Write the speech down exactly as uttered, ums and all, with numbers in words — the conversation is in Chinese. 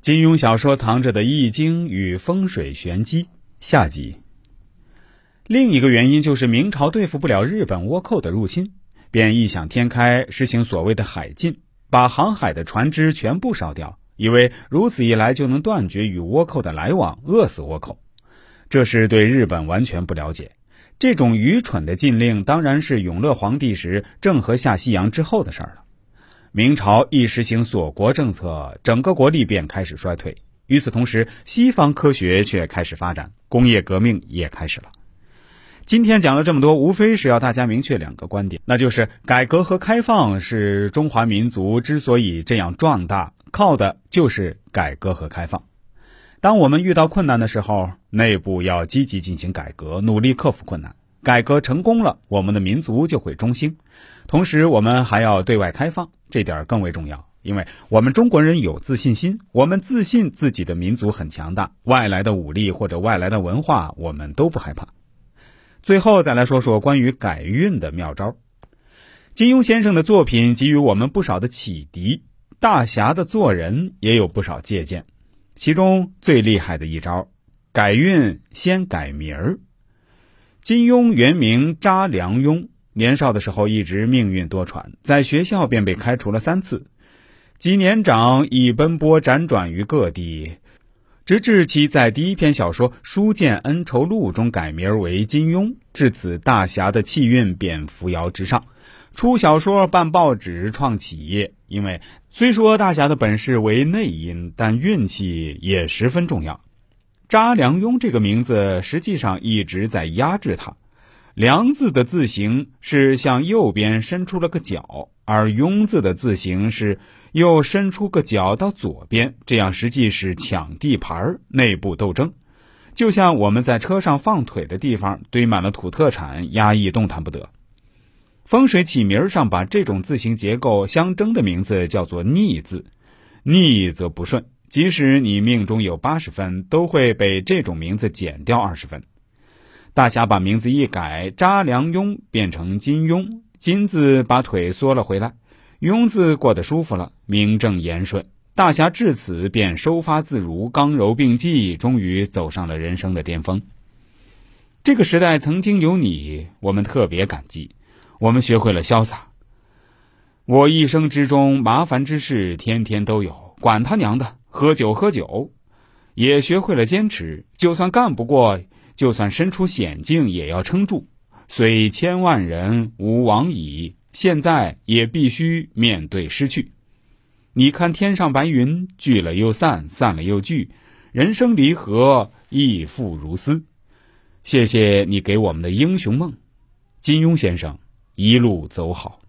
金庸小说藏着的易经与风水玄机下集。另一个原因就是明朝对付不了日本倭寇的入侵，便异想天开，实行所谓的海禁，把航海的船只全部烧掉，以为如此一来就能断绝与倭寇的来往，饿死倭寇。这是对日本完全不了解，这种愚蠢的禁令当然是永乐皇帝时郑和下西洋之后的事了。明朝一实行锁国政策，整个国力便开始衰退。与此同时，西方科学却开始发展，工业革命也开始了。今天讲了这么多，无非是要大家明确两个观点，那就是改革和开放是中华民族之所以这样壮大，靠的就是改革和开放。当我们遇到困难的时候，内部要积极进行改革，努力克服困难。改革成功了，我们的民族就会中兴。同时我们还要对外开放，这点更为重要，因为我们中国人有自信心，我们自信自己的民族很强大，外来的武力或者外来的文化我们都不害怕。最后再来说说关于改运的妙招。金庸先生的作品给予我们不少的启迪，大侠的做人也有不少借鉴。其中最厉害的一招，改运先改名儿。金庸原名查良镛，年少的时候一直命运多舛，在学校便被开除了三次。及年长，已奔波辗转于各地，直至其在第一篇小说《书剑恩仇录》中改名为金庸，至此大侠的气运便扶摇直上，出小说、办报纸、创企业。因为虽说大侠的本事为内因，但运气也十分重要。查良镛这个名字实际上一直在压制他。良字的字形是向右边伸出了个角，而镛字的字形是又伸出个角到左边，这样实际是抢地盘，内部斗争。就像我们在车上放腿的地方堆满了土特产，压抑动弹不得。风水起名上把这种字形结构相争的名字叫做逆字，逆则不顺，即使你命中有八十分，都会被这种名字减掉二十分。大侠把名字一改，查良镛变成金庸，金字把腿缩了回来，庸字过得舒服了，名正言顺。大侠至此便收发自如，刚柔并济，终于走上了人生的巅峰。这个时代曾经有你，我们特别感激。我们学会了潇洒。我一生之中麻烦之事天天都有，管他娘的，喝酒喝酒。也学会了坚持，就算干不过，就算身处险境也要撑住。虽千万人吾往矣，现在也必须面对失去。你看天上白云，聚了又散，散了又聚，人生离合，亦复如斯。谢谢你给我们的英雄梦，金庸先生，一路走好。